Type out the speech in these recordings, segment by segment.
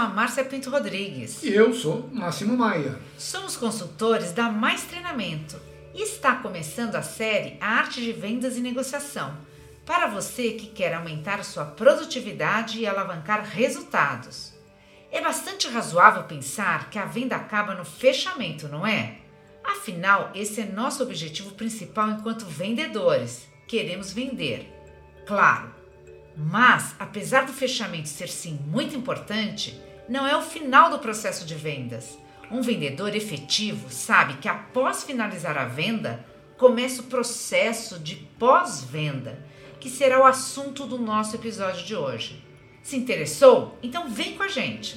Márcia Pinto Rodrigues. E eu sou Máximo Maia. Somos consultores da Mais Treinamento e está começando a série A Arte de Vendas e Negociação, para você que quer aumentar sua produtividade e alavancar resultados. É bastante razoável pensar que a venda acaba no fechamento, não é? Afinal, esse é nosso objetivo principal enquanto vendedores. Queremos vender, claro. Mas, apesar do fechamento ser sim muito importante, não é o final do processo de vendas. Um vendedor efetivo sabe que após finalizar a venda, começa o processo de pós-venda, que será o assunto do nosso episódio de hoje. Se interessou? Então vem com a gente!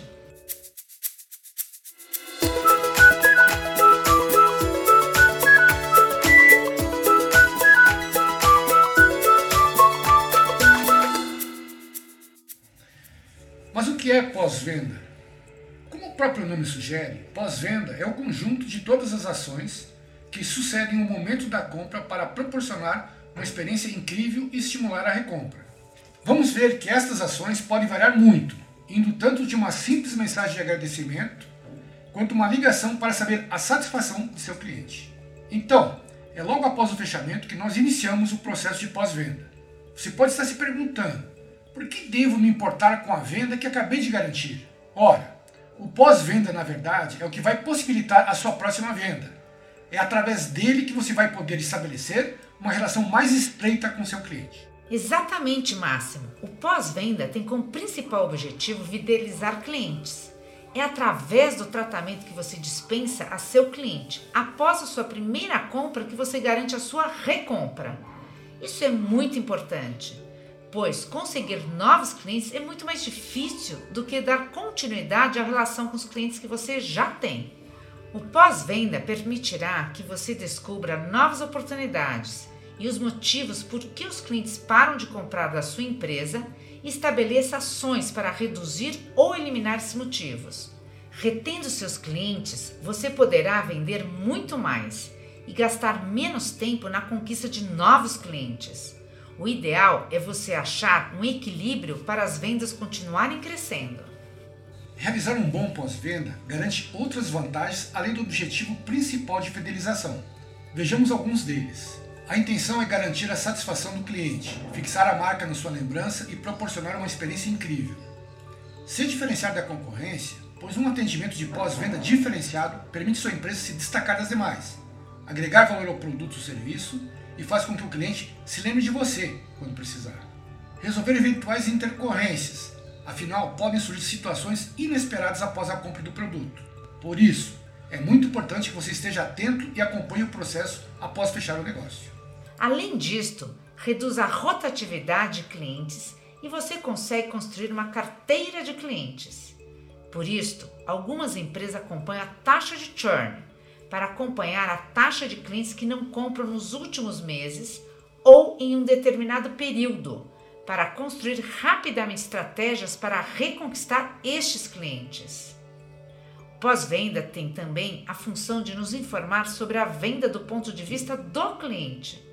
Mas o que é pós-venda? Como o próprio nome sugere, pós-venda é o conjunto de todas as ações que sucedem o momento da compra para proporcionar uma experiência incrível e estimular a recompra. Vamos ver que estas ações podem variar muito, indo tanto de uma simples mensagem de agradecimento, quanto uma ligação para saber a satisfação de seu cliente. Então, é logo após o fechamento que nós iniciamos o processo de pós-venda. Você pode estar se perguntando, por que devo me importar com a venda que acabei de garantir? Ora, o pós-venda, na verdade, é o que vai possibilitar a sua próxima venda. É através dele que você vai poder estabelecer uma relação mais estreita com seu cliente. Exatamente, Máximo. O pós-venda tem como principal objetivo fidelizar clientes. É através do tratamento que você dispensa a seu cliente, após a sua primeira compra, que você garante a sua recompra. Isso é muito importante, pois conseguir novos clientes é muito mais difícil do que dar continuidade à relação com os clientes que você já tem. O pós-venda permitirá que você descubra novas oportunidades e os motivos por que os clientes param de comprar da sua empresa e estabeleça ações para reduzir ou eliminar esses motivos. Retendo seus clientes, você poderá vender muito mais e gastar menos tempo na conquista de novos clientes. O ideal é você achar um equilíbrio para as vendas continuarem crescendo. Realizar um bom pós-venda garante outras vantagens além do objetivo principal de fidelização. Vejamos alguns deles. A intenção é garantir a satisfação do cliente, fixar a marca na sua lembrança e proporcionar uma experiência incrível. Se diferenciar da concorrência, pois um atendimento de pós-venda diferenciado permite sua empresa se destacar das demais, agregar valor ao produto ou serviço e faz com que o cliente se lembre de você quando precisar. Resolver eventuais intercorrências, afinal podem surgir situações inesperadas após a compra do produto. Por isso, é muito importante que você esteja atento e acompanhe o processo após fechar o negócio. Além disto, reduz a rotatividade de clientes e você consegue construir uma carteira de clientes. Por isto, algumas empresas acompanham a taxa de churn, para acompanhar a taxa de clientes que não compram nos últimos meses ou em um determinado período, para construir rapidamente estratégias para reconquistar estes clientes. O pós-venda tem também a função de nos informar sobre a venda do ponto de vista do cliente.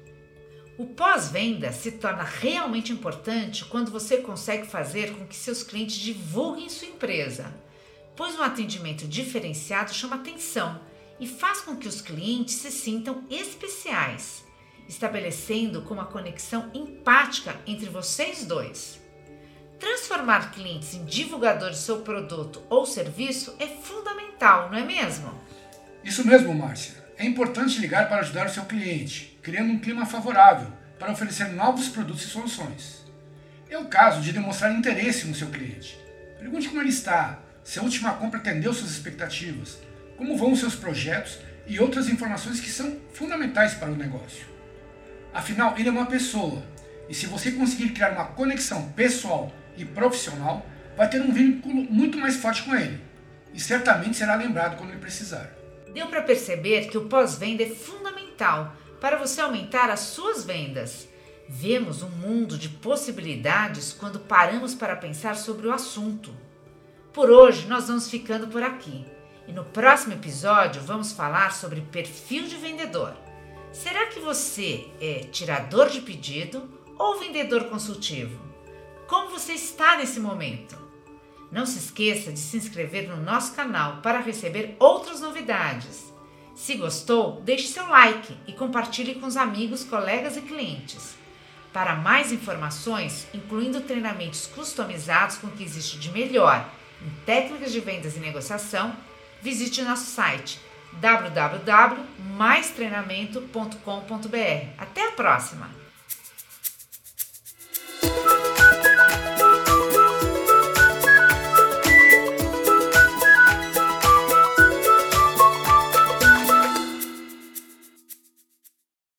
O pós-venda se torna realmente importante quando você consegue fazer com que seus clientes divulguem sua empresa, pois um atendimento diferenciado chama atenção e faz com que os clientes se sintam especiais, estabelecendo uma conexão empática entre vocês dois. Transformar clientes em divulgadores do seu produto ou serviço é fundamental, não é mesmo? Isso mesmo, Márcia. É importante ligar para ajudar o seu cliente, criando um clima favorável para oferecer novos produtos e soluções. É o caso de demonstrar interesse no seu cliente. Pergunte como ele está, se a última compra atendeu suas expectativas, como vão os seus projetos e outras informações que são fundamentais para o negócio. Afinal, ele é uma pessoa, e se você conseguir criar uma conexão pessoal e profissional, vai ter um vínculo muito mais forte com ele, e certamente será lembrado quando ele precisar. Deu para perceber que o pós-venda é fundamental para você aumentar as suas vendas. Vemos um mundo de possibilidades quando paramos para pensar sobre o assunto. Por hoje, nós vamos ficando por aqui. E no próximo episódio vamos falar sobre perfil de vendedor. Será que você é tirador de pedido ou vendedor consultivo? Como você está nesse momento? Não se esqueça de se inscrever no nosso canal para receber outras novidades. Se gostou, deixe seu like e compartilhe com os amigos, colegas e clientes. Para mais informações, incluindo treinamentos customizados com o que existe de melhor em técnicas de vendas e negociação, visite o nosso site www.maistreinamento.com.br. Até a próxima!